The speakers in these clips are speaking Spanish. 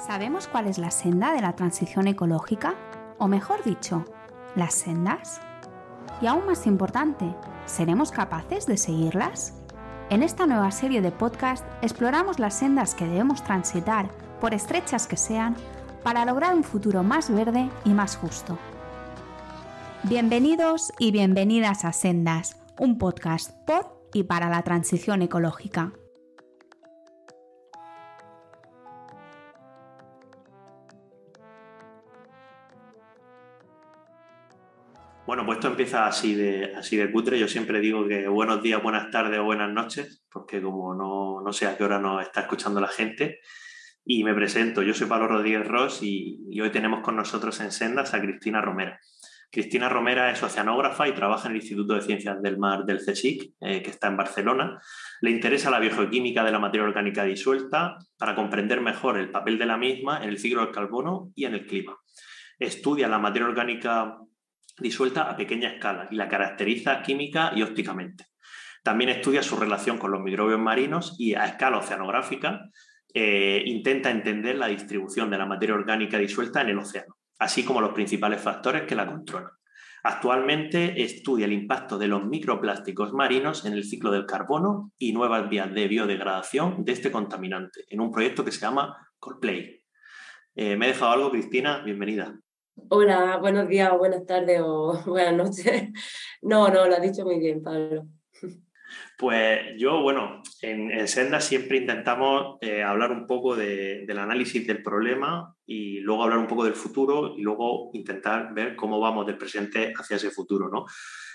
¿Sabemos cuál es la senda de la transición ecológica? O mejor dicho, ¿las sendas? Y aún más importante, ¿seremos capaces de seguirlas? En esta nueva serie de podcast exploramos las sendas que debemos transitar, por estrechas que sean, para lograr un futuro más verde y más justo. Bienvenidos y bienvenidas a Sendas, un podcast por y para la transición ecológica. Bueno, pues esto empieza así de cutre. Yo siempre digo que buenos días, buenas tardes o buenas noches, porque como no sé a qué hora nos está escuchando la gente. Y me presento, yo soy Pablo Rodríguez Ros y hoy tenemos con nosotros en Sendas a Cristina Romera. Cristina Romera es oceanógrafa y trabaja en el Instituto de Ciencias del Mar del CSIC, que está en Barcelona. Le interesa la biogeoquímica de la materia orgánica disuelta para comprender mejor el papel de la misma en el ciclo del carbono y en el clima. Estudia la materia orgánica disuelta a pequeña escala y la caracteriza química y ópticamente. También estudia su relación con los microbios marinos y a escala oceanográfica intenta entender la distribución de la materia orgánica disuelta en el océano, así como los principales factores que la controlan. Actualmente estudia el impacto de los microplásticos marinos en el ciclo del carbono y nuevas vías de biodegradación de este contaminante en un proyecto que se llama Coldplay. ¿Me he dejado algo, Cristina? Bienvenida. Hola, buenos días o buenas tardes o buenas noches. No, lo has dicho muy bien, Pablo. Pues yo, en Senda siempre intentamos hablar un poco del análisis del problema y luego hablar un poco del futuro y luego intentar ver cómo vamos del presente hacia ese futuro, ¿no?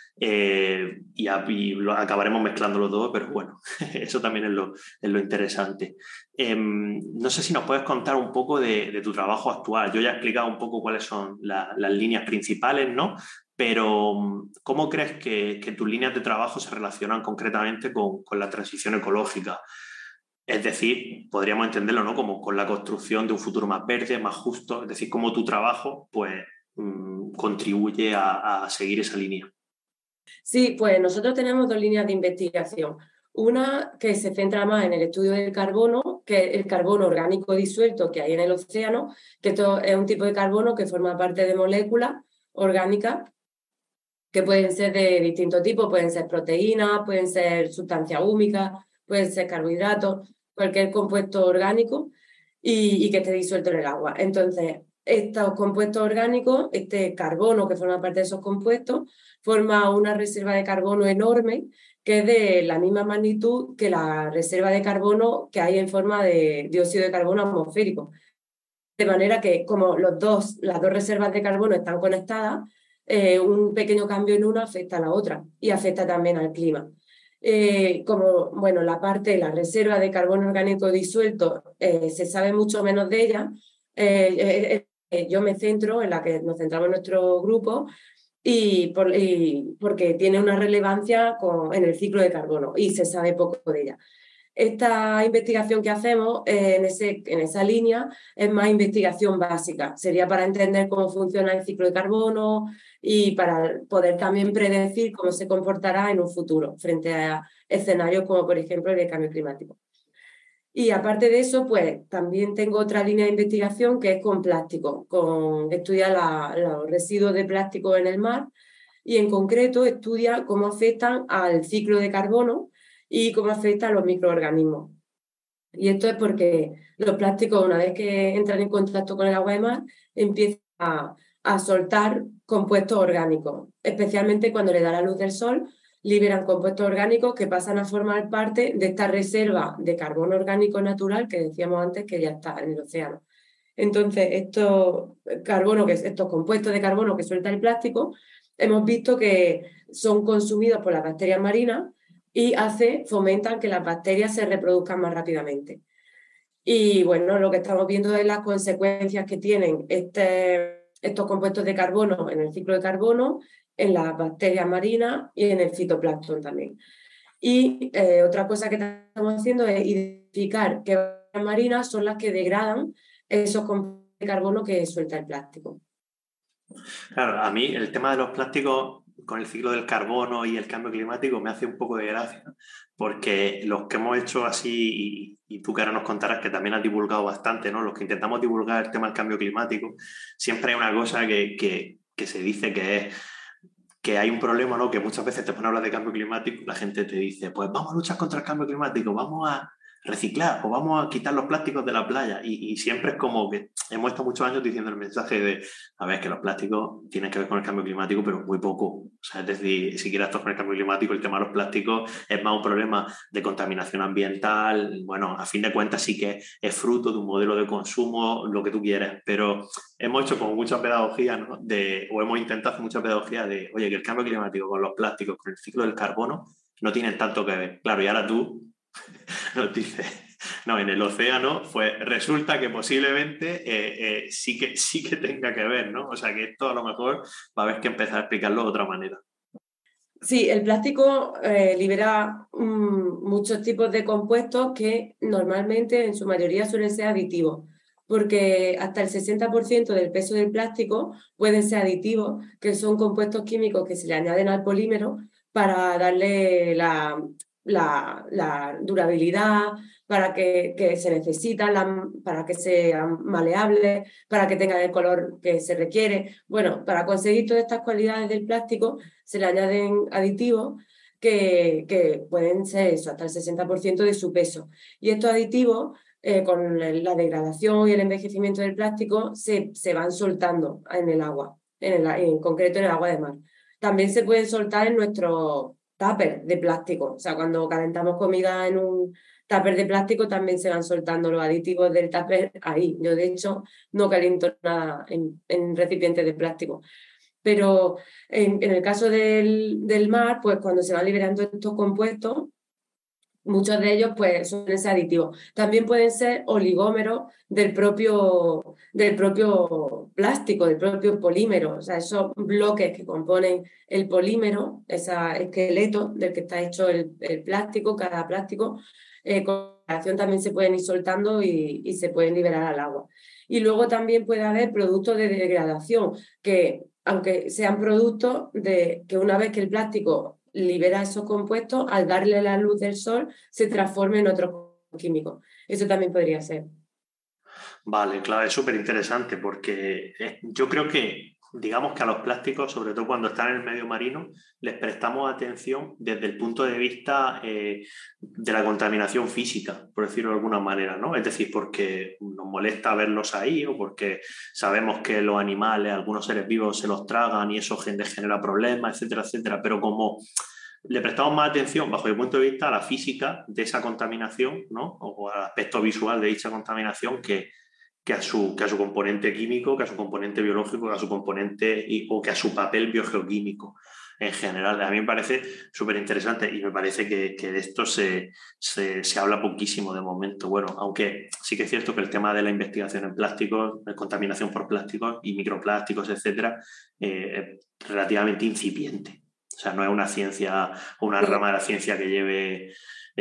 Y acabaremos mezclando los dos, pero bueno, eso también es lo interesante. No sé si nos puedes contar un poco de tu trabajo actual. Yo ya he explicado un poco cuáles son las líneas principales, ¿no? Pero ¿cómo crees que tus líneas de trabajo se relacionan concretamente con la transición ecológica? Es decir, podríamos entenderlo, ¿no?, como con la construcción de un futuro más verde, más justo, es decir, cómo tu trabajo pues, contribuye a seguir esa línea. Sí, pues nosotros tenemos dos líneas de investigación. Una que se centra más en el estudio del carbono, que es el carbono orgánico disuelto que hay en el océano, que esto es un tipo de carbono que forma parte de moléculas orgánicas que pueden ser de distintos tipos, pueden ser proteínas, pueden ser sustancias húmicas, pueden ser carbohidratos, cualquier compuesto orgánico y que esté disuelto en el agua. Entonces, estos compuestos orgánicos, este carbono que forma parte de esos compuestos, forma una reserva de carbono enorme que es de la misma magnitud que la reserva de carbono que hay en forma de dióxido de carbono atmosférico. De manera que como las dos reservas de carbono están conectadas, un pequeño cambio en una afecta a la otra y afecta también al clima. La reserva de carbono orgánico disuelto se sabe mucho menos de ella. Yo me centro en la que nos centramos en nuestro grupo porque tiene una relevancia en el ciclo de carbono y se sabe poco de ella. Esta investigación que hacemos en esa línea es más investigación básica. Sería para entender cómo funciona el ciclo de carbono y para poder también predecir cómo se comportará en un futuro frente a escenarios como, por ejemplo, el de cambio climático. Y aparte de eso, pues también tengo otra línea de investigación que es con plástico, estudia los residuos de plástico en el mar y en concreto estudia cómo afectan al ciclo de carbono y cómo afecta a los microorganismos. Y esto es porque los plásticos, una vez que entran en contacto con el agua de mar, empiezan a soltar compuestos orgánicos, especialmente cuando le da la luz del sol, liberan compuestos orgánicos que pasan a formar parte de esta reserva de carbono orgánico natural que decíamos antes que ya está en el océano. Entonces, estos compuestos de carbono que suelta el plástico, hemos visto que son consumidos por las bacterias marinas y fomentan que las bacterias se reproduzcan más rápidamente. Y bueno, lo que estamos viendo es las consecuencias que tienen estos compuestos de carbono en el ciclo de carbono, en las bacterias marinas y en el fitoplancton también. Y otra cosa que estamos haciendo es identificar qué bacterias marinas son las que degradan esos compuestos de carbono que suelta el plástico. Claro, a mí el tema de los plásticos con el ciclo del carbono y el cambio climático me hace un poco de gracia, ¿no? Porque los que hemos hecho así, y tú que ahora nos contarás que también has divulgado bastante, ¿no? Los que intentamos divulgar el tema del cambio climático, siempre hay una cosa que se dice que hay un problema, ¿no? Que muchas veces te ponen a hablar de cambio climático y la gente te dice, pues vamos a luchar contra el cambio climático, vamos a reciclar o vamos a quitar los plásticos de la playa. Y siempre es como que hemos estado muchos años diciendo el mensaje de, a ver, que los plásticos tienen que ver con el cambio climático, pero muy poco. O sea, es decir, si quieres esto con el cambio climático, el tema de los plásticos es más un problema de contaminación ambiental. Bueno, a fin de cuentas sí que es fruto de un modelo de consumo, lo que tú quieras, pero hemos hecho como mucha pedagogía, ¿no? O hemos intentado hacer mucha pedagogía de, oye, que el cambio climático con los plásticos, con el ciclo del carbono, no tienen tanto que ver. Claro, y ahora tú nos dice, no, en el océano, pues resulta que posiblemente sí que tenga que ver, ¿no? O sea que esto a lo mejor va a haber que empezar a explicarlo de otra manera. Sí, el plástico libera muchos tipos de compuestos que normalmente en su mayoría suelen ser aditivos, porque hasta el 60% del peso del plástico pueden ser aditivos, que son compuestos químicos que se le añaden al polímero para darle la durabilidad, para que se necesitan, para que sean maleables, para que tengan el color que se requiere. Bueno, para conseguir todas estas cualidades del plástico se le añaden aditivos que pueden ser eso, hasta el 60% de su peso. Y estos aditivos, con la degradación y el envejecimiento del plástico, se van soltando en el agua, en concreto en el agua de mar. También se pueden soltar en nuestro tupper de plástico. O sea, cuando calentamos comida en un tupper de plástico también se van soltando los aditivos del tupper ahí. Yo, de hecho, no caliento nada en recipientes de plástico. Pero en el caso del mar, pues cuando se van liberando estos compuestos, muchos de ellos pues suelen ser aditivos. También pueden ser oligómeros del propio plástico, del propio polímero. O sea, esos bloques que componen el polímero, ese esqueleto del que está hecho el plástico, cada plástico, con la acción también se pueden ir soltando y se pueden liberar al agua. Y luego también puede haber productos de degradación, que aunque sean productos de que una vez que el plástico libera esos compuestos, al darle la luz del sol, se transforma en otros químicos. Eso también podría ser. Vale, claro, es súper interesante porque yo creo que, digamos que a los plásticos, sobre todo cuando están en el medio marino, les prestamos atención desde el punto de vista de la contaminación física, por decirlo de alguna manera, ¿no? Es decir, porque nos molesta verlos ahí o porque sabemos que los animales, algunos seres vivos se los tragan y eso genera problemas, etcétera, etcétera, pero como le prestamos más atención, bajo mi punto de vista, a la física de esa contaminación, ¿no? O al aspecto visual de dicha contaminación que a su componente químico, que a su componente biológico, que a su componente o que a su papel biogeoquímico en general. A mí me parece súper interesante y me parece que de esto se habla poquísimo de momento. Bueno, aunque sí que es cierto que el tema de la investigación en plásticos, de contaminación por plásticos y microplásticos, etcétera, es relativamente incipiente. O sea, no es una ciencia o una rama de la ciencia que lleve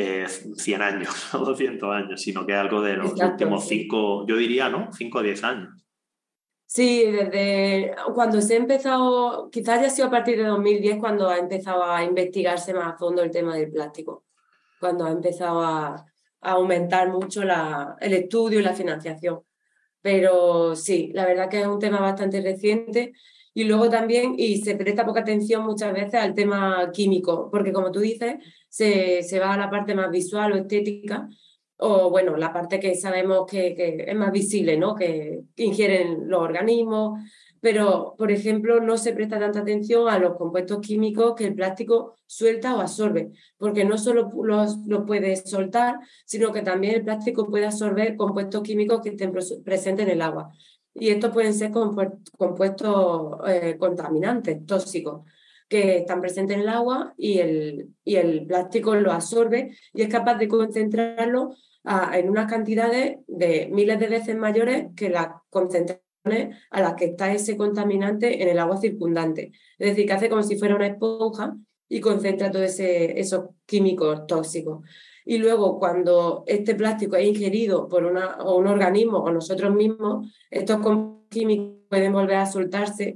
100 años o 200 años, sino que es algo de los últimos 5, yo diría, ¿no? 5 o 10 años. Sí, desde cuando se ha empezado, quizás haya sido a partir de 2010 cuando ha empezado a investigarse más a fondo el tema del plástico, cuando ha empezado a aumentar mucho el estudio y la financiación. Pero sí, la verdad que es un tema bastante reciente y luego también, y se presta poca atención muchas veces al tema químico, porque como tú dices, se va a la parte más visual o estética, o bueno, la parte que sabemos que es más visible, ¿no? Que ingieren los organismos, pero, por ejemplo, no se presta tanta atención a los compuestos químicos que el plástico suelta o absorbe, porque no solo los puede soltar, sino que también el plástico puede absorber compuestos químicos que estén presentes en el agua. Y estos pueden ser compuestos contaminantes, tóxicos, que están presentes en el agua y el plástico lo absorbe y es capaz de concentrarlo en unas cantidades de miles de veces mayores que las concentraciones a las que está ese contaminante en el agua circundante. Es decir, que hace como si fuera una esponja y concentra todos esos químicos tóxicos. Y luego, cuando este plástico es ingerido por un organismo o nosotros mismos, estos químicos pueden volver a soltarse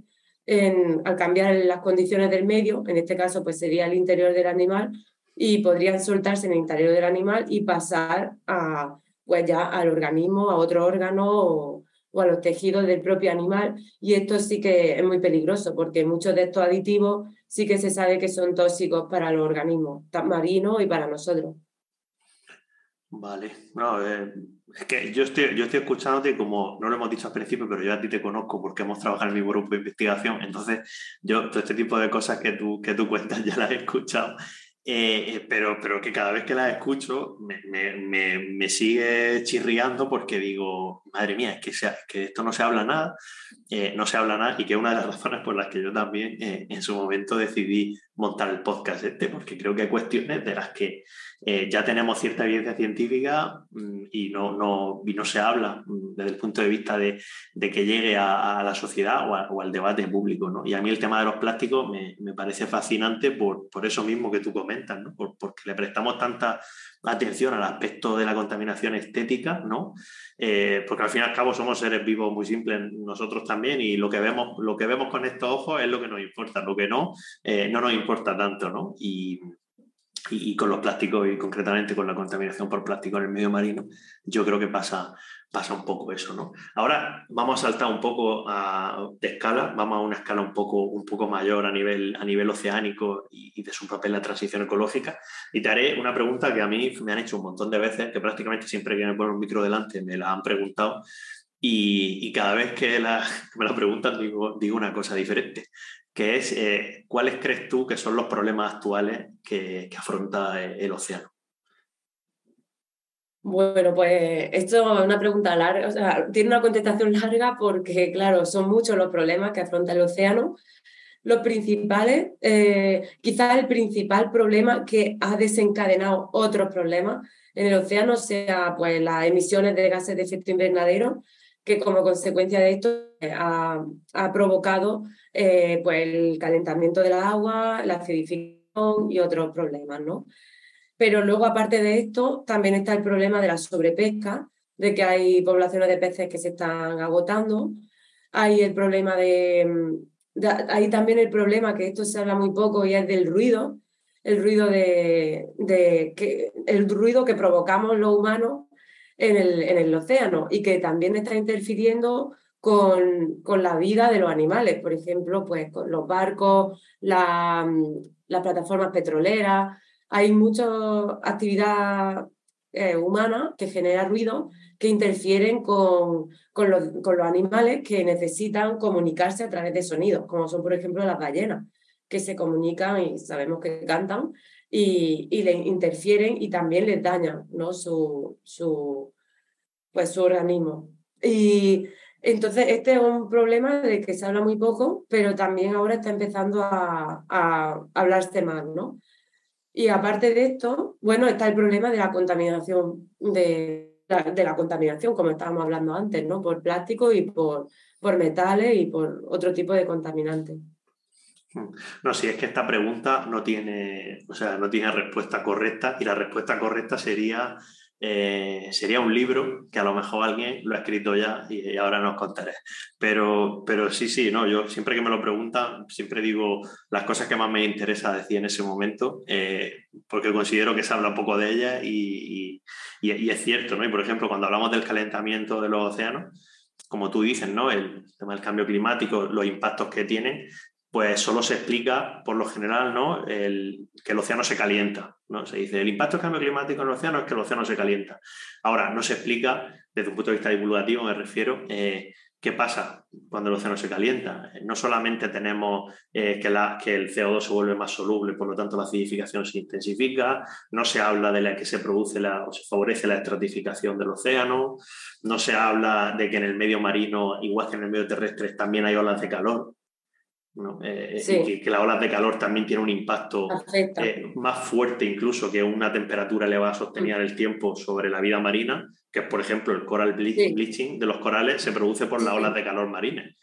al cambiar las condiciones del medio, en este caso pues sería el interior del animal, y podrían soltarse en el interior del animal y pasar pues ya al organismo, a otro órgano o a los tejidos del propio animal. Y esto sí que es muy peligroso porque muchos de estos aditivos sí que se sabe que son tóxicos para los organismos marinos y para nosotros. Vale, no, es que yo estoy escuchándote, como no lo hemos dicho al principio, pero yo a ti te conozco porque hemos trabajado en el mismo grupo de investigación, entonces yo todo este tipo de cosas que tú cuentas ya las he escuchado, pero que cada vez que las escucho me sigue chirriando porque digo, madre mía, que esto no se habla nada, y que es una de las razones por las que yo también en su momento decidí montar el podcast porque creo que hay cuestiones de las que ya tenemos cierta evidencia científica y no se habla desde el punto de vista de que llegue a la sociedad o al debate público, ¿no? Y a mí el tema de los plásticos me parece fascinante por eso mismo que tú comentas, ¿no? Porque le prestamos tanta atención al aspecto de la contaminación estética, ¿no? Porque al fin y al cabo somos seres vivos muy simples nosotros también, y lo que vemos con estos ojos es lo que nos importa, lo que no nos importa tanto, ¿no? Y con los plásticos, y concretamente con la contaminación por plástico en el medio marino, yo creo que pasa un poco eso, ¿no? Ahora vamos a saltar un poco de escala, vamos a una escala un poco mayor a nivel oceánico y de su papel en la transición ecológica, y te haré una pregunta que a mí me han hecho un montón de veces, que prácticamente siempre que me ponen un micro delante me la han preguntado, y cada vez que me la preguntan digo una cosa diferente, que es ¿cuáles crees tú que son los problemas actuales que afronta el océano? Bueno, pues esto es una pregunta larga, o sea, tiene una contestación larga porque, claro, son muchos los problemas que afronta el océano. Los principales, quizás el principal problema que ha desencadenado otros problemas en el océano sea pues las emisiones de gases de efecto invernadero, que como consecuencia de esto ha provocado pues el calentamiento del agua, la acidificación y otros problemas, ¿no? Pero luego, aparte de esto, también está el problema de la sobrepesca, de que hay poblaciones de peces que se están agotando. Hay el problema hay también el problema, que esto se habla muy poco, y es del ruido, el ruido el ruido que provocamos los humanos en el océano, y que también está interfiriendo con la vida de los animales. Por ejemplo, pues con los barcos, las plataformas petroleras. Hay mucha actividad humana que genera ruido, que interfieren con los animales que necesitan comunicarse a través de sonidos, como son, por ejemplo, las ballenas, que se comunican y sabemos que cantan, y le interfieren y también les dañan, ¿no? su organismo. Y entonces este es un problema de que se habla muy poco, pero también ahora está empezando a hablarse más, ¿no? Y aparte de esto, bueno, está el problema de la contaminación, de la contaminación, como estábamos hablando antes, ¿no? Por plástico y por metales y por otro tipo de contaminantes. No, si es que esta pregunta no tiene respuesta correcta, y la respuesta correcta sería un libro que a lo mejor alguien lo ha escrito ya y ahora nos contaré. Pero sí, no, yo siempre que me lo preguntan, siempre digo las cosas que más me interesa decir en ese momento, porque considero que se habla poco de ellas y es cierto, ¿no? Y por ejemplo, cuando hablamos del calentamiento de los océanos, como tú dices, ¿no? El tema del cambio climático, los impactos que tienen, pues solo se explica, por lo general, ¿no? que el océano se calienta, ¿no? Se dice, el impacto del cambio climático en el océano es que el océano se calienta. Ahora, no se explica, desde un punto de vista divulgativo me refiero, qué pasa cuando el océano se calienta. No solamente tenemos que el CO2 se vuelve más soluble, por lo tanto la acidificación se intensifica, no se habla de la que se produce o se favorece la estratificación del océano, no se habla de que en el medio marino, igual que en el medio terrestre, también hay olas de calor, ¿no? Sí. Y que las olas de calor también tienen un impacto más fuerte incluso que una temperatura elevada sostenida en el tiempo sobre la vida marina, que es, por ejemplo, el coral bleaching de los corales se produce por las olas de calor marinas.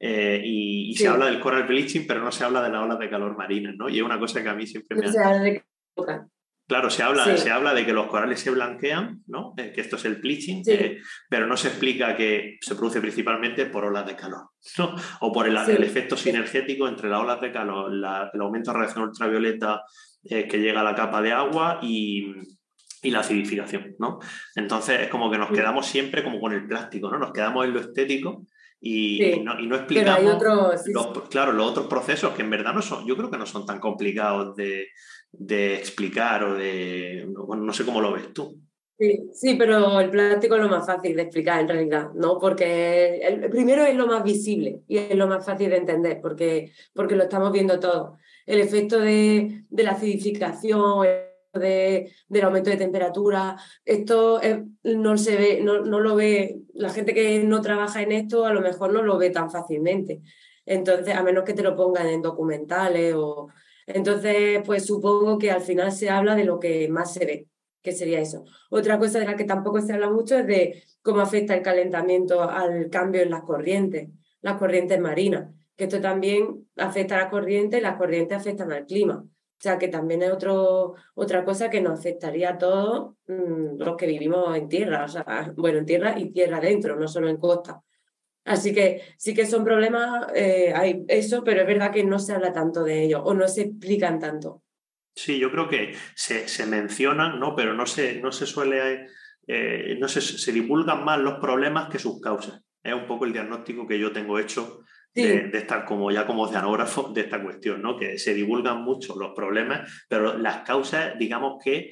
Y se habla del coral bleaching, pero no se habla de las olas de calor marinas, ¿no? Y es una cosa que a mí siempre me ha... Claro, se habla de que los corales se blanquean, ¿no? Que esto es el bleaching, pero no se explica que se produce principalmente por olas de calor, ¿no? O por el efecto sinergético entre las olas de calor, el aumento de radiación ultravioleta que llega a la capa de agua y la acidificación, ¿no? Entonces es como que nos quedamos siempre como con el plástico, ¿no? Nos quedamos en lo estético y no explicamos los otros procesos que en verdad no son, yo creo que no son tan complicados de explicar o de... Bueno, no sé cómo lo ves tú. Sí, pero el plástico es lo más fácil de explicar en realidad, ¿no? Porque el primero es lo más visible y es lo más fácil de entender porque lo estamos viendo todo. El efecto de la acidificación, del aumento de temperatura, esto no se ve, no lo ve, la gente que no trabaja en esto a lo mejor no lo ve tan fácilmente. Entonces, a menos que te lo pongan en documentales o... Entonces, pues supongo que al final se habla de lo que más se ve, que sería eso. Otra cosa de la que tampoco se habla mucho es de cómo afecta el calentamiento al cambio en las corrientes marinas, que esto también afecta a y las corrientes afectan al clima. O sea, que también es otra cosa que nos afectaría a todos los que vivimos en tierra, o sea, bueno, en tierra y tierra adentro, no solo en costa. Así que sí que son problemas, hay eso, pero es verdad que no se habla tanto de ello o no se explican tanto. Sí, yo creo que se mencionan, ¿no? Pero no se suele, se divulgan más los problemas que sus causas. Es un poco el diagnóstico que yo tengo hecho de estar como oceanógrafo de esta cuestión, ¿no? Que se divulgan mucho los problemas, pero las causas, digamos que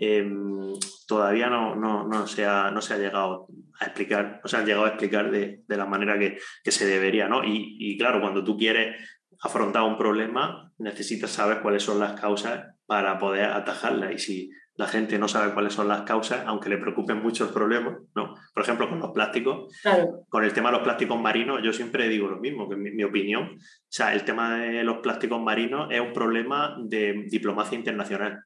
todavía no se ha llegado a explicar, no se han llegado a explicar de la manera que se debería, ¿no? Y claro, cuando tú quieres afrontar un problema, necesitas saber cuáles son las causas para poder atajarlas. Y si la gente no sabe cuáles son las causas, aunque le preocupen mucho el problema, ¿no? Por ejemplo, con los plásticos, con el tema de los plásticos marinos, yo siempre digo lo mismo, que en mi opinión, o sea, el tema de los plásticos marinos es un problema de diplomacia internacional.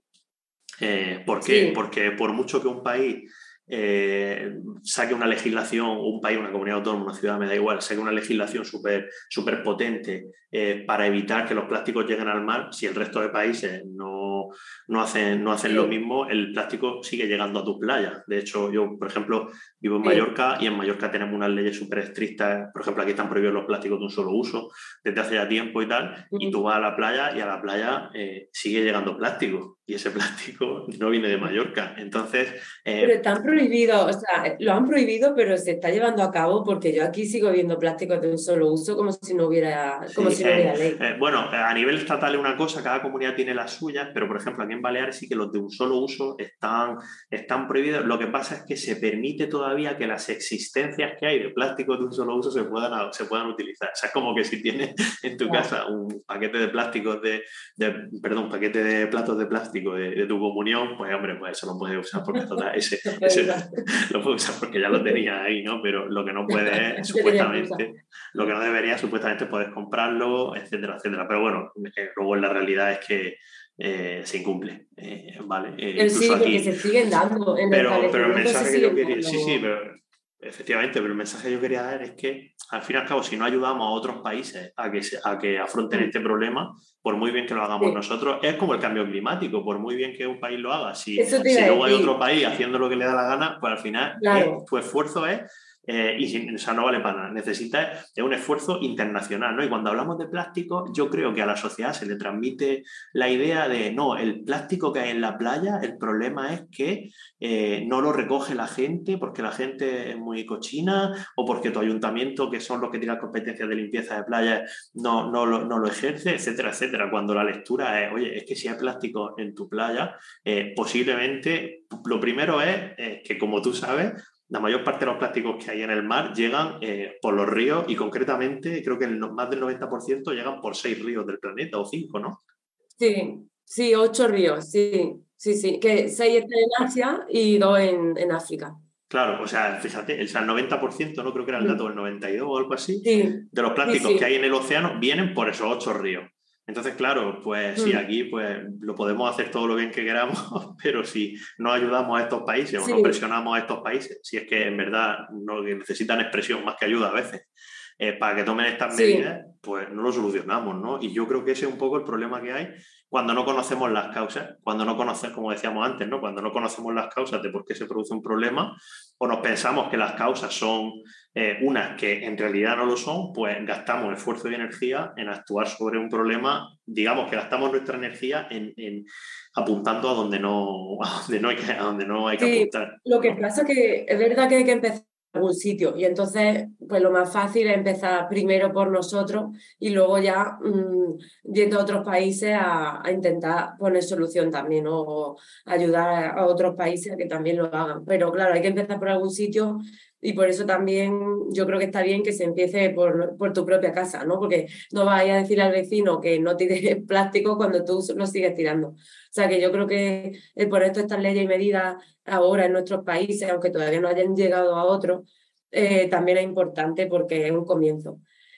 ¿Por qué? Porque por mucho que un país saque una legislación, un país, una comunidad autónoma, una ciudad, me da igual, saque una legislación súper potente para evitar que los plásticos lleguen al mar, si el resto de países no hacen lo mismo, el plástico sigue llegando a tus playas. De hecho, yo, por ejemplo, vivo en Mallorca y en Mallorca tenemos unas leyes súper estrictas. Por ejemplo, aquí están prohibidos los plásticos de un solo uso desde hace ya tiempo y tal, y tú vas a la playa y a la playa sigue llegando plástico y ese plástico no viene de Mallorca. Entonces... pero están prohibidos, o sea, lo han prohibido, pero se está llevando a cabo porque yo aquí sigo viendo plásticos de un solo uso como si no hubiera ley. Bueno, a nivel estatal es una cosa, cada comunidad tiene las suyas, pero por ejemplo aquí en Baleares sí que los de un solo uso están prohibidos. Lo que pasa es que se permite todavía que las existencias que hay de plásticos de un solo uso se puedan utilizar. O sea, es como que si tienes en tu casa un paquete de plásticos un paquete de platos de plástico de tu comunión, pues hombre, pues eso lo puedes usar porque total, ese lo puedes usar porque ya lo tenías ahí, ¿no? Pero lo que no puedes es supuestamente, lo que no debería supuestamente puedes comprarlo, etcétera, etcétera. Pero bueno, luego la realidad es que se incumple, ¿vale? Sí, porque aquí, se siguen dando. Pero el mensaje que yo quería... Sí, pero efectivamente, pero el mensaje que yo quería dar es que, al fin y al cabo, si no ayudamos a otros países a que afronten este problema, por muy bien que lo hagamos nosotros, es como el cambio climático, por muy bien que un país lo haga, si luego hay otro país haciendo lo que le da la gana, pues al final tu esfuerzo es... o sea, no vale para nada. Necesitas un esfuerzo internacional, ¿no? Y cuando hablamos de plástico, yo creo que a la sociedad se le transmite la idea de, no, el plástico que hay en la playa, el problema es que no lo recoge la gente porque la gente es muy cochina o porque tu ayuntamiento, que son los que tienen competencias de limpieza de playas, no lo ejerce, etcétera, etcétera. Cuando la lectura es, oye, es que si hay plástico en tu playa, posiblemente, lo primero es que, como tú sabes, la mayor parte de los plásticos que hay en el mar llegan por los ríos y concretamente creo que más del 90% llegan por 6 ríos del planeta o 5, ¿no? Sí, 8 ríos, sí. Que 6 están en Asia y 2 en África. Claro, o sea, fíjate, el 90%, no creo que era el dato del 92 o algo así, de los plásticos que hay en el océano vienen por esos 8 ríos. Entonces, claro, pues sí, aquí pues lo podemos hacer todo lo bien que queramos, pero si no ayudamos a estos países o no presionamos a estos países, si es que en verdad no necesitan expresión más que ayuda a veces, para que tomen estas medidas, pues no lo solucionamos, ¿no? Y yo creo que ese es un poco el problema que hay cuando no conocemos las causas, cuando no conocemos, como decíamos antes, ¿no? Cuando no conocemos las causas de por qué se produce un problema, o nos pensamos que las causas son unas que en realidad no lo son, pues gastamos esfuerzo y energía en actuar sobre un problema, digamos que gastamos nuestra energía en apuntando a donde no hay que Sí, apuntar. lo que pasa es que es verdad que hay que empezar en algún sitio y entonces pues lo más fácil es empezar primero por nosotros y luego ya yendo a otros países a intentar poner solución también, ¿no? O ayudar a otros países a que también lo hagan. Pero claro, hay que empezar por algún sitio y por eso también yo creo que está bien que se empiece por tu propia casa, ¿no? Porque no vayas a decir al vecino que no tires plástico cuando tú lo sigues tirando. O sea que yo creo que por esto estas leyes y medidas ahora en nuestros países, aunque todavía no hayan llegado a otros, también es importante porque es un comienzo.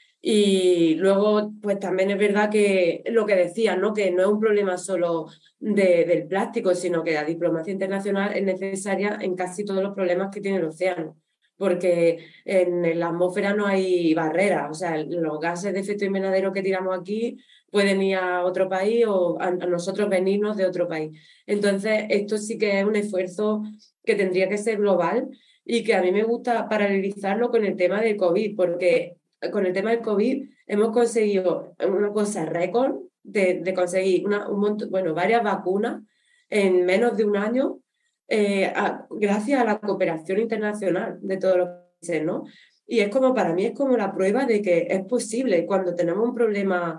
Y luego, pues también es verdad que lo que decías, ¿no? Que no es un problema solo del plástico, sino que la diplomacia internacional es necesaria en casi todos los problemas que tiene el océano, porque en la atmósfera no hay barreras, o sea, los gases de efecto invernadero que tiramos aquí pueden ir a otro país o a nosotros venirnos de otro país. Entonces, esto sí que es un esfuerzo que tendría que ser global y que a mí me gusta paralelizarlo con el tema del COVID, porque con el tema del COVID hemos conseguido una cosa récord de conseguir varias vacunas en menos de un año gracias a la cooperación internacional de todos los países, ¿no? Y es como, para mí es como la prueba de que es posible cuando tenemos un problema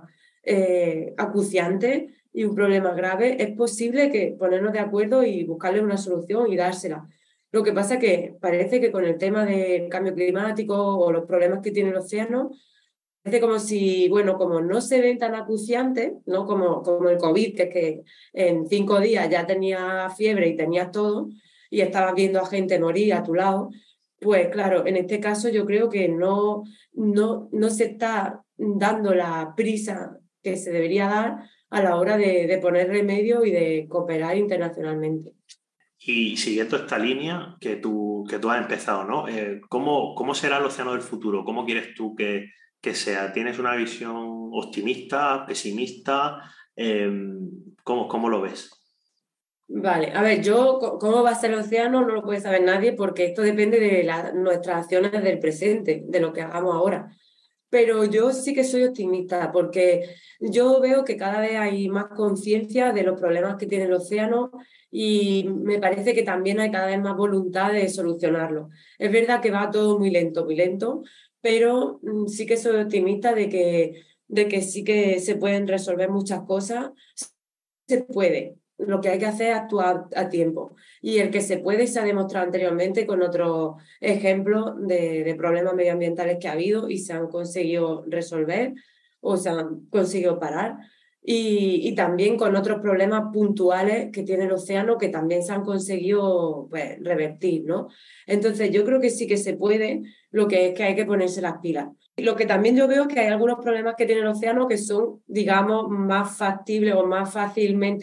acuciante y un problema grave, es posible que ponernos de acuerdo y buscarle una solución y dársela. Lo que pasa es que parece que con el tema del cambio climático o los problemas que tiene el océano, parece como si, bueno, como no se ven tan acuciantes, ¿no? Como el COVID, que es que en 5 días ya tenías fiebre y tenías todo y estabas viendo a gente morir a tu lado, pues claro, en este caso yo creo que no se está dando la prisa que se debería dar a la hora de poner remedio y de cooperar internacionalmente. Y siguiendo esta línea que tú has empezado, ¿no? ¿Cómo será el océano del futuro? ¿Cómo quieres tú que sea? ¿Tienes una visión optimista, pesimista? ¿Cómo lo ves? Vale, a ver, cómo va a ser el océano no lo puede saber nadie porque esto depende de nuestras acciones del presente, de lo que hagamos ahora. Pero yo sí que soy optimista porque yo veo que cada vez hay más conciencia de los problemas que tiene el océano y me parece que también hay cada vez más voluntad de solucionarlo. Es verdad que va todo muy lento, pero sí que soy optimista de que sí que se pueden resolver muchas cosas. Se puede. Lo que hay que hacer es actuar a tiempo. Y el que se puede se ha demostrado anteriormente con otros ejemplos de problemas medioambientales que ha habido y se han conseguido resolver o se han conseguido parar. Y también con otros problemas puntuales que tiene el océano que también se han conseguido pues, revertir, ¿no? Entonces yo creo que sí que se puede, lo que es que hay que ponerse las pilas. Lo que también yo veo es que hay algunos problemas que tiene el océano que son, digamos, más factibles o más fáciles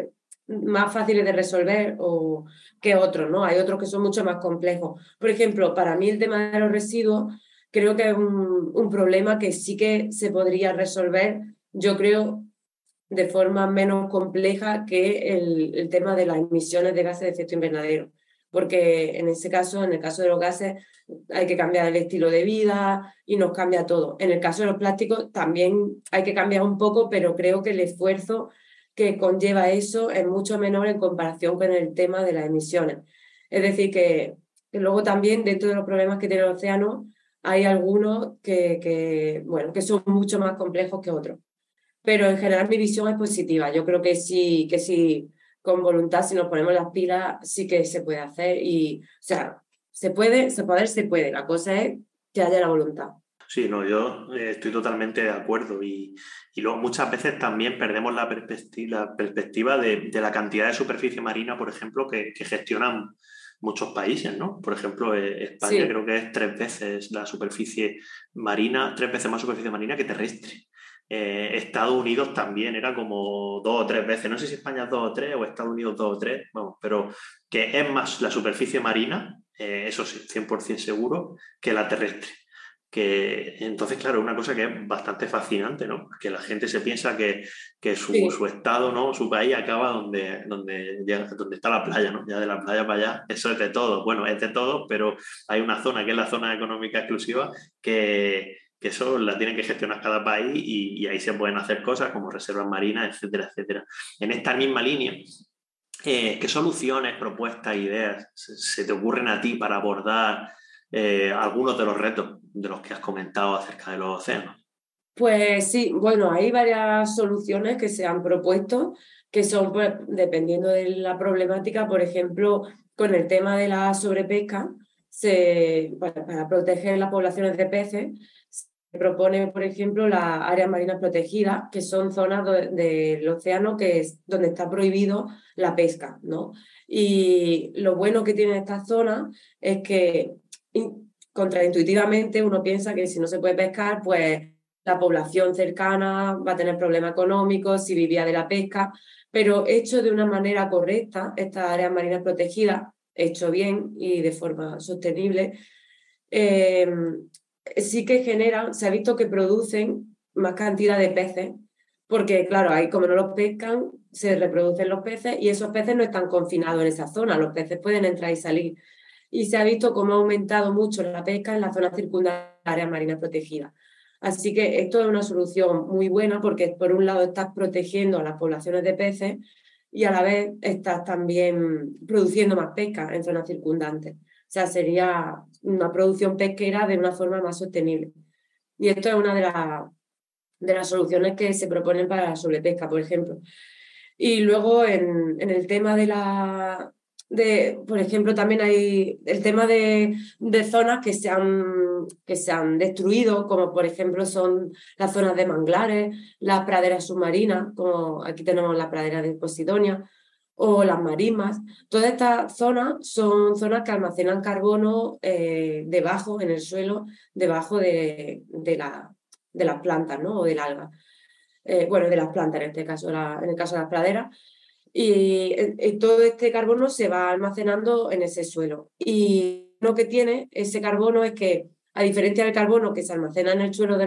de resolver que otros, ¿no? Hay otros que son mucho más complejos. Por ejemplo, para mí el tema de los residuos creo que es un problema que sí que se podría resolver, yo creo, de forma menos compleja que el tema de las emisiones de gases de efecto invernadero. Porque en ese caso, en el caso de los gases, hay que cambiar el estilo de vida y nos cambia todo. En el caso de los plásticos también hay que cambiar un poco, pero creo que el esfuerzo que conlleva eso es mucho menor en comparación con el tema de las emisiones. Es decir, que luego también dentro de los problemas que tiene el océano hay algunos que son mucho más complejos que otros. Pero en general mi visión es positiva. Yo creo que sí, con voluntad, si nos ponemos las pilas, sí que se puede hacer. Y, o sea, se puede. La cosa es que haya la voluntad. Sí, no, yo estoy totalmente de acuerdo y luego muchas veces también perdemos la perspectiva de la cantidad de superficie marina, por ejemplo, que gestionan muchos países, ¿no? Por ejemplo, España Sí. creo que es 3 veces la superficie marina, 3 veces más superficie marina que terrestre. Estados Unidos también era como 2 o 3 veces, no sé si España es 2 o 3 o Estados Unidos 2 o 3, vamos, pero que es más la superficie marina, eso sí, 100% seguro, que la terrestre. entonces, claro, una cosa que es bastante fascinante, ¿no? Porque la gente se piensa que Sí. su estado, ¿no? Su país acaba donde está la playa, ¿no? Ya de la playa para allá, eso es de todo. Bueno, es de todo, pero hay una zona que es la zona económica exclusiva que eso la tiene que gestionar cada país y ahí se pueden hacer cosas como reservas marinas, etcétera, etcétera. En esta misma línea, ¿qué soluciones, propuestas, ideas se te ocurren a ti para abordar algunos de los retos de los que has comentado acerca de los océanos? Pues sí, bueno, hay varias soluciones que se han propuesto que son, pues, dependiendo de la problemática, por ejemplo, con el tema de la sobrepesca, para proteger las poblaciones de peces, se propone, por ejemplo, las áreas marinas protegidas, que son zonas del océano donde está prohibido la pesca, ¿no? Y lo bueno que tienen estas zonas es que contraintuitivamente uno piensa que si no se puede pescar, pues la población cercana va a tener problemas económicos si vivía de la pesca, pero hecho de una manera correcta, estas áreas marinas protegidas, hecho bien y de forma sostenible, eh, sí que generan, se ha visto que producen más cantidad de peces, porque claro, ahí como no los pescan, se reproducen los peces y esos peces no están confinados en esa zona, los peces pueden entrar y salir. Y se ha visto cómo ha aumentado mucho la pesca en la zona circundante de áreas marinas protegidas. Así que esto es una solución muy buena porque por un lado estás protegiendo a las poblaciones de peces y a la vez estás también produciendo más pesca en zonas circundantes. O sea, sería una producción pesquera de una forma más sostenible. Y esto es una de las soluciones que se proponen para la sobrepesca, por ejemplo. Y luego en el tema por ejemplo, también hay el tema de zonas que se han destruido, como por ejemplo son las zonas de manglares, las praderas submarinas, como aquí tenemos la pradera de Posidonia, o las marismas. Todas estas zonas son zonas que almacenan carbono debajo, en el suelo, debajo de las plantas, ¿no? O del alga. Bueno, de las plantas en este caso, en el caso de las praderas. Y todo este carbono se va almacenando en ese suelo. Y lo que tiene ese carbono es que, a diferencia del carbono que se almacena en el suelo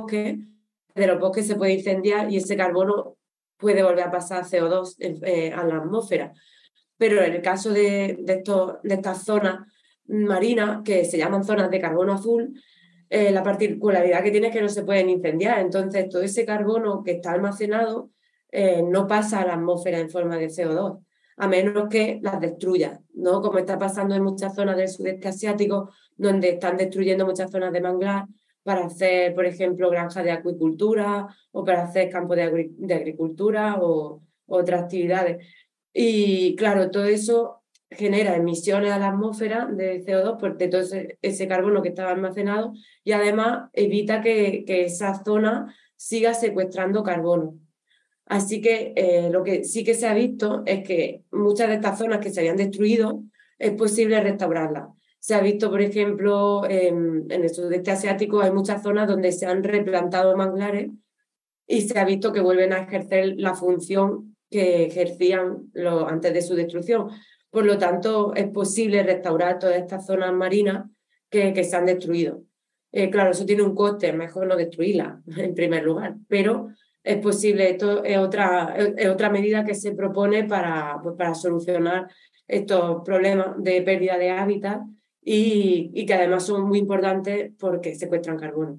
de los bosques se puede incendiar y ese carbono puede volver a pasar CO2 a la atmósfera. Pero en el caso de estas zonas marinas, que se llaman zonas de carbono azul, la particularidad que tiene es que no se pueden incendiar. Entonces, todo ese carbono que está almacenado no pasa a la atmósfera en forma de CO2, a menos que las destruya, ¿no? Como está pasando en muchas zonas del sudeste asiático, donde están destruyendo muchas zonas de manglar para hacer, por ejemplo, granjas de acuicultura o para hacer campos de agricultura o otras actividades. Y claro, todo eso genera emisiones a la atmósfera de CO2 de todo ese carbono que estaba almacenado y además evita que esa zona siga secuestrando carbono. Así que lo que sí que se ha visto es que muchas de estas zonas que se habían destruido es posible restaurarlas. Se ha visto, por ejemplo, en el sudeste asiático hay muchas zonas donde se han replantado manglares y se ha visto que vuelven a ejercer la función que ejercían antes de su destrucción. Por lo tanto, es posible restaurar todas estas zonas marinas que se han destruido. Claro, eso tiene un coste, es mejor no destruirlas en primer lugar, pero es posible. Esto es otra medida que se propone para solucionar estos problemas de pérdida de hábitat y que además son muy importantes porque secuestran carbono.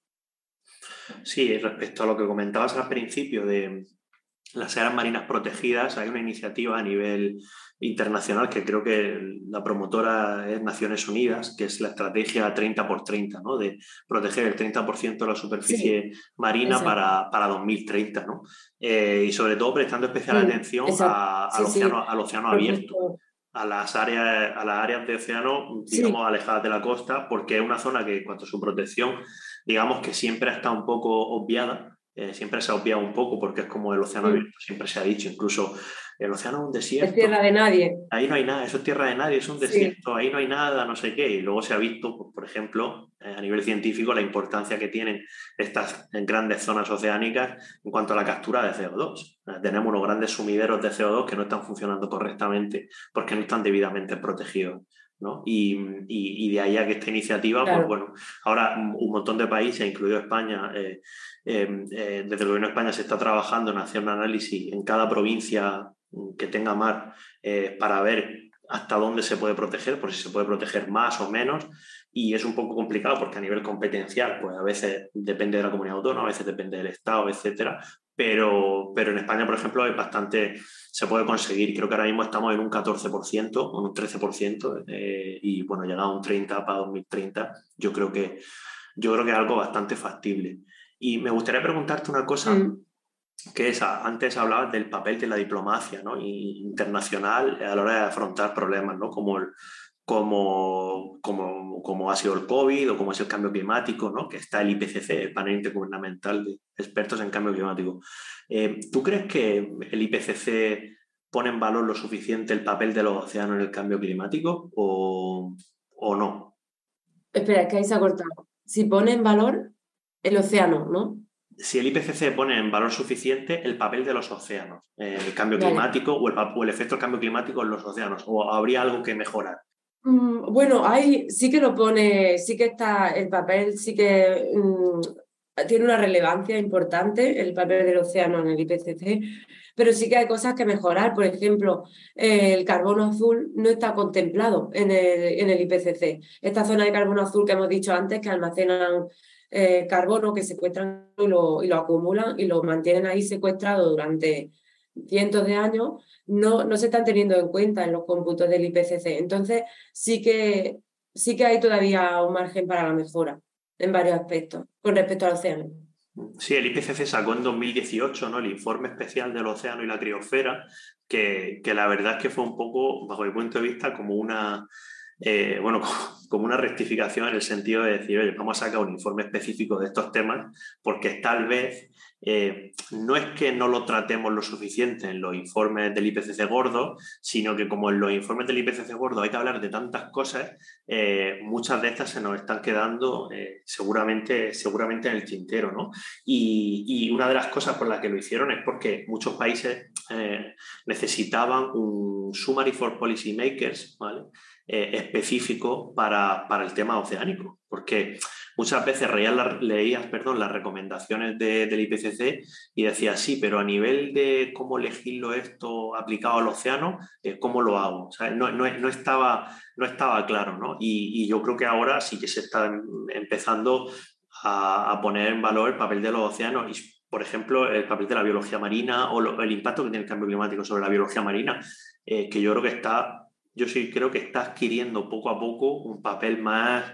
Sí, respecto a lo que comentabas al principio de las áreas marinas protegidas, hay una iniciativa a nivel internacional que creo que la promotora es Naciones Unidas, que es la estrategia 30x30, ¿no? De proteger el 30% de la superficie marina para 2030, ¿no? Y sobre todo prestando especial atención al océano abierto, a las áreas de océano, digamos, alejadas de la costa, porque es una zona que, en cuanto a su protección, digamos que siempre está un poco obviada. Siempre se ha obviado un poco porque es como el océano abierto, siempre se ha dicho, incluso el océano es un desierto. Es tierra de nadie. Ahí no hay nada, eso es tierra de nadie, es un desierto, ahí no hay nada, no sé qué. Y luego se ha visto, por ejemplo, a nivel científico, la importancia que tienen estas grandes zonas oceánicas en cuanto a la captura de CO2. Tenemos unos grandes sumideros de CO2 que no están funcionando correctamente porque no están debidamente protegidos ¿no? Y de ahí a que esta iniciativa, Claro. pues bueno, ahora un montón de países, incluido España, desde el gobierno de España se está trabajando en hacer un análisis en cada provincia que tenga mar para ver hasta dónde se puede proteger, por si se puede proteger más o menos, y es un poco complicado porque a nivel competencial, pues a veces depende de la comunidad autónoma, a veces depende del Estado, etcétera, pero en España, por ejemplo, es bastante, se puede conseguir. Creo que ahora mismo estamos en un 14% o un 13%, y bueno, llegar a un 30% para 2030, yo creo que es algo bastante factible. Y me gustaría preguntarte una cosa, que es, antes hablabas del papel de la diplomacia, ¿no? Internacional a la hora de afrontar problemas, ¿no? Como ha sido el COVID o como es el cambio climático, ¿no? Que está el IPCC, el panel intergubernamental de expertos en cambio climático. ¿Tú crees que el IPCC pone en valor lo suficiente el papel de los océanos en el cambio climático o no? Espera, es que ahí se ha cortado. Si pone en valor el océano, ¿no? Si el IPCC pone en valor suficiente el papel de los océanos, el cambio Vale. climático o el efecto del cambio climático en los océanos, o habría algo que mejorar. Bueno, sí que lo pone, sí que está el papel, sí que tiene una relevancia importante el papel del océano en el IPCC, pero sí que hay cosas que mejorar. Por ejemplo, el carbono azul no está contemplado en el IPCC. Esta zona de carbono azul que hemos dicho antes, que almacenan carbono, que secuestran y lo acumulan y lo mantienen ahí secuestrado durante cientos de años, no se están teniendo en cuenta en los cómputos del IPCC. Entonces, sí que hay todavía un margen para la mejora en varios aspectos con respecto al océano. Sí, el IPCC sacó en 2018, ¿no?, el informe especial del océano y la criosfera, que la verdad es que fue un poco, bajo mi punto de vista, como una rectificación en el sentido de decir, oye, vamos a sacar un informe específico de estos temas, porque tal vez no es que no lo tratemos lo suficiente en los informes del IPCC gordo, sino que como en los informes del IPCC gordo hay que hablar de tantas cosas, muchas de estas se nos están quedando seguramente en el tintero, ¿no? Y una de las cosas por las que lo hicieron es porque muchos países necesitaban un Summary for Policymakers, ¿vale?, específico para el tema oceánico, porque muchas veces leías las recomendaciones del IPCC y decías, sí, pero a nivel de cómo legislo esto aplicado al océano, ¿cómo lo hago? O sea, no estaba claro, ¿no? Y yo creo que ahora sí que se está empezando a poner en valor el papel de los océanos y, por ejemplo, el papel de la biología marina o el impacto que tiene el cambio climático sobre la biología marina, que yo creo que está adquiriendo poco a poco un papel más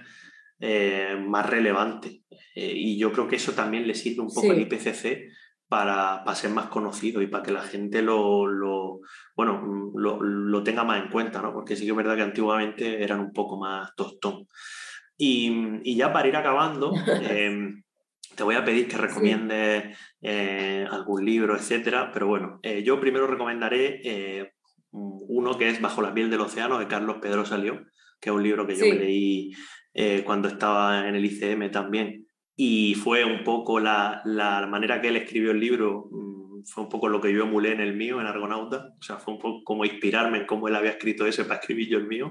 relevante. Y yo creo que eso también le sirve un poco al IPCC para ser más conocido y para que la gente lo tenga más en cuenta, ¿no? Porque sí que es verdad que antiguamente eran un poco más tostón. Y ya para ir acabando, te voy a pedir que recomiendes algún libro, etcétera, pero bueno, yo primero recomendaré uno que es Bajo la piel del océano, de Carlos Pedrosa Lió, que es un libro que yo me leí cuando estaba en el ICM también, y fue un poco la manera que él escribió el libro, fue un poco lo que yo emulé en el mío, en Argonauta, o sea, fue un poco como inspirarme en cómo él había escrito ese para escribir yo el mío.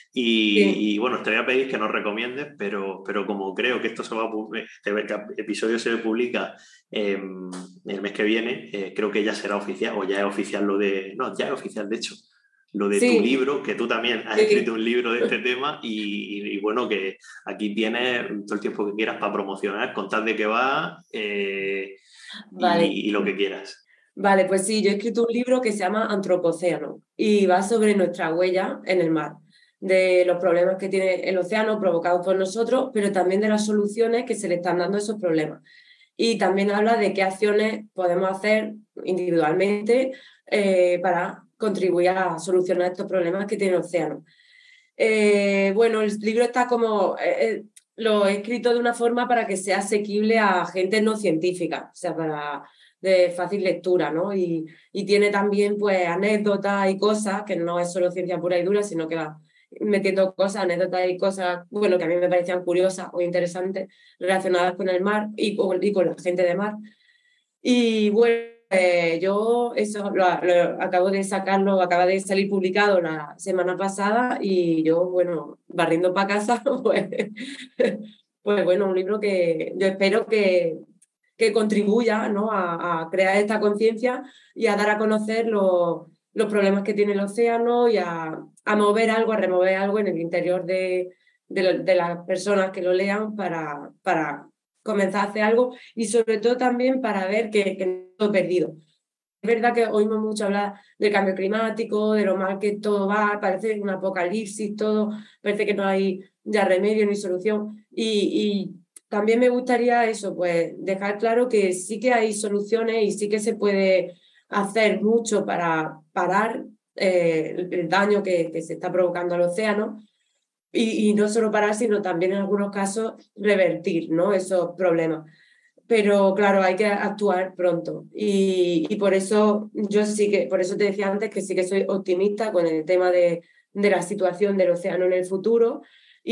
Y bueno, te voy a pedir que nos recomiendes, pero como creo que este episodio se publica el mes que viene, creo que ya será oficial, o ya es oficial ya es oficial, de hecho, lo de tu libro, que tú también has escrito un libro de este tema y bueno, que aquí tienes todo el tiempo que quieras para promocionar, contar de qué va y lo que quieras. Vale, pues sí, yo he escrito un libro que se llama Antropocéano y va sobre nuestra huella en el mar, de los problemas que tiene el océano provocados por nosotros, pero también de las soluciones que se le están dando a esos problemas. Y también habla de qué acciones podemos hacer individualmente para contribuir a solucionar estos problemas que tiene el océano. Bueno, el libro está lo he escrito de una forma para que sea asequible a gente no científica, o sea, de fácil lectura, ¿no? Y tiene también pues anécdotas y cosas, que no es solo ciencia pura y dura, sino que va metiendo cosas, anécdotas y cosas, bueno, que a mí me parecían curiosas o interesantes relacionadas con el mar y con la gente de mar. Y bueno, Yo eso acabo de sacarlo, acaba de salir publicado la semana pasada y yo, bueno, barriendo para casa, pues bueno, un libro que yo espero que contribuya, ¿no? a crear esta conciencia y a dar a conocer los problemas que tiene el océano y a mover algo, a remover algo en el interior de las personas que lo lean para comenzar a hacer algo y sobre todo también para ver que no es todo perdido. Es verdad que oímos mucho hablar del cambio climático, de lo mal que todo va, parece un apocalipsis, todo, parece que no hay ya remedio ni solución. Y también me gustaría eso, pues dejar claro que sí que hay soluciones y sí que se puede hacer mucho para parar el daño que se está provocando al océano. Y no solo parar, sino también en algunos casos revertir, ¿no? Esos problemas. Pero claro, hay que actuar pronto. Y por eso yo sí que, por eso te decía antes que sí que soy optimista con el tema de la situación del océano en el futuro.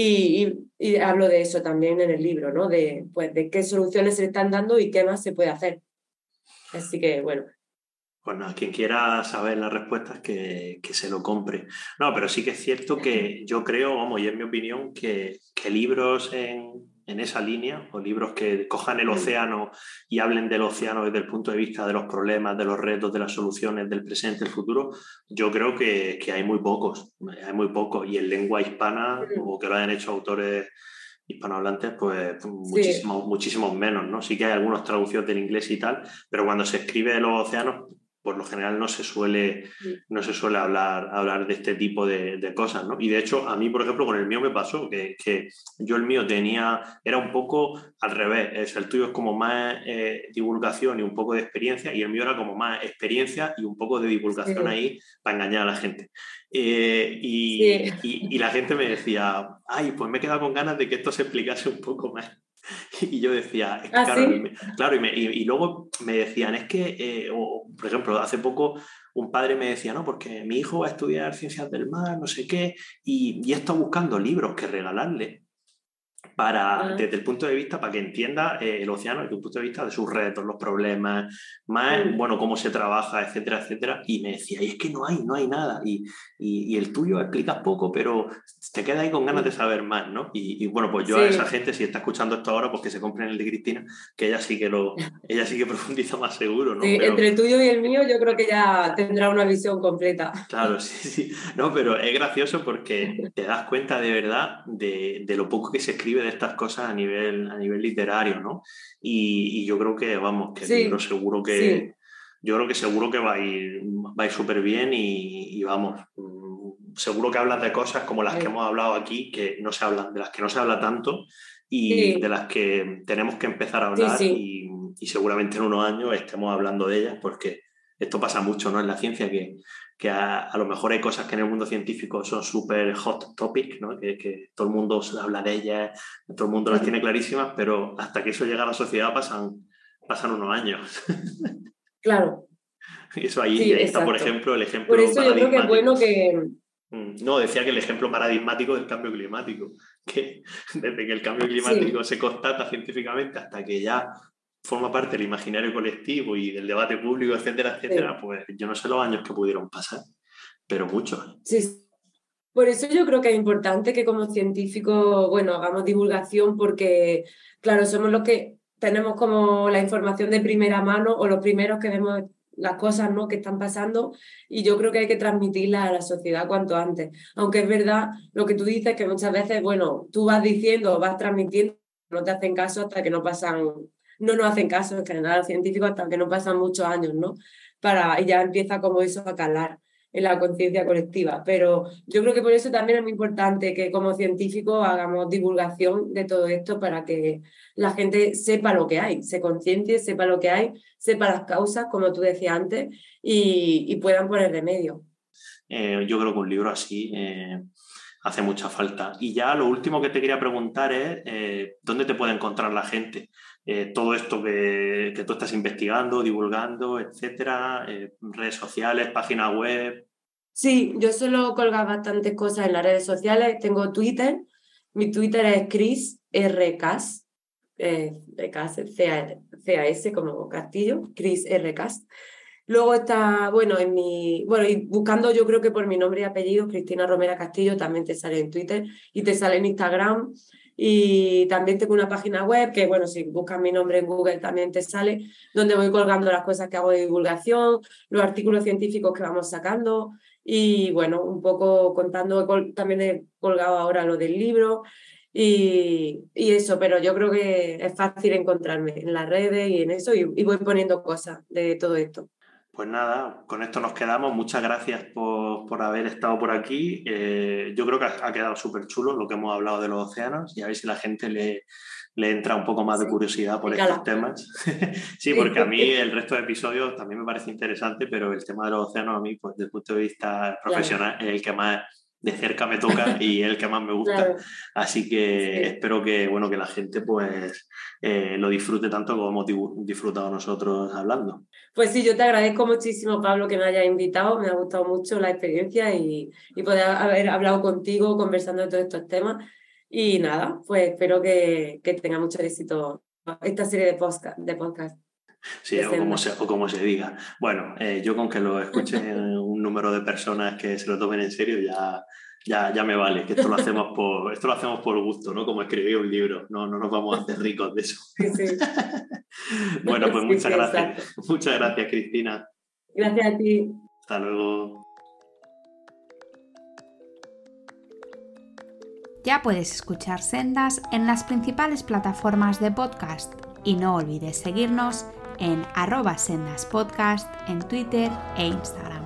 Y hablo de eso también en el libro, ¿no? Pues, de qué soluciones se le están dando y qué más se puede hacer. Así que bueno. Pues nada, quien quiera saber las respuestas que se lo compre. No, pero sí que es cierto que yo creo, vamos, y es mi opinión, que libros en esa línea, o libros que cojan el océano y hablen del océano desde el punto de vista de los problemas, de los retos, de las soluciones, del presente, el futuro, yo creo que hay muy pocos, y en lengua hispana, o que lo hayan hecho autores hispanohablantes, pues muchísimos menos, ¿no? Sí que hay algunos traducidos del inglés y tal, pero cuando se escribe de los océanos, por lo general no se suele hablar de este tipo de cosas, ¿no? Y de hecho, a mí, por ejemplo, con el mío me pasó que yo el mío era un poco al revés. El tuyo es como más divulgación y un poco de experiencia, y el mío era como más experiencia y un poco de divulgación ahí para engañar a la gente. Y la gente me decía, ay, pues me he quedado con ganas de que esto se explicase un poco más. Y yo decía, es que, claro, y luego me decían, es que, por ejemplo, hace poco un padre me decía, no, porque mi hijo va a estudiar ciencias del mar, no sé qué, y está buscando libros que regalarle desde el punto de vista, para que entienda el océano desde el punto de vista de sus retos, los problemas, más, bueno, cómo se trabaja, etcétera, etcétera. Y me decía, y es que no hay nada. Y el tuyo explicas poco, pero te quedas ahí con ganas de saber más, ¿no? Y bueno, pues yo a esa gente, si está escuchando esto ahora, pues que se compren el de Cristina, que ella sí que profundiza más seguro, ¿no? Sí, pero entre el tuyo y el mío yo creo que ya tendrá una visión completa. Claro, sí. No, pero es gracioso porque te das cuenta de verdad de lo poco que se escribe de estas cosas a nivel literario, ¿no? Y yo creo que, vamos, que el libro seguro que... Yo creo que seguro que va a ir súper bien y vamos, seguro que hablas de cosas como las que hemos hablado aquí, que no se hablan, de las que no se habla tanto y de las que tenemos que empezar a hablar y seguramente en unos años estemos hablando de ellas, porque esto pasa mucho, ¿no? En la ciencia, que a lo mejor hay cosas que en el mundo científico son súper hot topic, ¿no? Que todo el mundo habla de ellas, todo el mundo las tiene clarísimas, pero hasta que eso llega a la sociedad pasan unos años. Claro. Eso ahí está, por ejemplo, el ejemplo. Por eso yo creo que es bueno que... No, decía que el ejemplo paradigmático del cambio climático, que desde que el cambio climático se constata científicamente hasta que ya forma parte del imaginario colectivo y del debate público, etcétera, etcétera, pues yo no sé los años que pudieron pasar, pero muchos. Sí. Por eso yo creo que es importante que como científicos, bueno, hagamos divulgación porque, claro, somos los que tenemos como la información de primera mano o los primeros que vemos las cosas, ¿no?, que están pasando, y yo creo que hay que transmitirlas a la sociedad cuanto antes. Aunque es verdad lo que tú dices, que muchas veces, bueno, tú vas diciendo, vas transmitiendo, no te hacen caso hasta que no nos hacen caso en general los científicos hasta que no pasan muchos años, ¿no? Y ya empieza como eso a calar en la conciencia colectiva. Pero yo creo que por eso también es muy importante que como científicos hagamos divulgación de todo esto para que la gente sepa lo que hay, se conciencie, sepa lo que hay, sepa las causas, como tú decías antes, y puedan poner remedio. Yo creo que un libro así hace mucha falta. Y ya lo último que te quería preguntar es ¿dónde te puede encontrar la gente? Todo esto que tú estás investigando, divulgando, etcétera, redes sociales, página web. Sí, yo suelo colgar bastantes cosas en las redes sociales. Tengo Twitter, mi Twitter es Chris R. Cas, Cast, CAS como Castillo, Cris R. Cast. Luego está, y buscando yo creo que por mi nombre y apellido, Cristina Romera Castillo, también te sale en Twitter y te sale en Instagram. Y también tengo una página web que, si buscas mi nombre en Google también te sale, donde voy colgando las cosas que hago de divulgación, los artículos científicos que vamos sacando y, un poco contando, también he colgado ahora lo del libro y eso, pero yo creo que es fácil encontrarme en las redes y en eso y voy poniendo cosas de todo esto. Pues nada, con esto nos quedamos. Muchas gracias por haber estado por aquí. Yo creo que ha quedado súper chulo lo que hemos hablado de los océanos y a ver si la gente le entra un poco más de curiosidad por estos temas. Sí, porque a mí el resto de episodios también me parece interesante, pero el tema de los océanos a mí, pues desde el punto de vista profesional, es el que más de cerca me toca y el que más me gusta. Claro. Así que espero que la gente pues lo disfrute tanto como hemos disfrutado nosotros hablando. Pues sí, yo te agradezco muchísimo, Pablo, que me hayas invitado. Me ha gustado mucho la experiencia y poder haber hablado contigo, conversando de todos estos temas. Y nada, pues espero que tenga mucho éxito esta serie de podcast. Sí, o como se diga. Bueno, yo con que lo escuchen un número de personas que se lo tomen en serio ya me vale, que esto lo hacemos por gusto, ¿no? Como escribir un libro, no nos vamos a hacer ricos de eso. Sí. Bueno, pues muchas gracias. Exacto. Muchas gracias, Cristina. Gracias a ti. Hasta luego. Ya puedes escuchar Sendas en las principales plataformas de podcast y no olvides seguirnos en @sendaspodcast en Twitter e Instagram.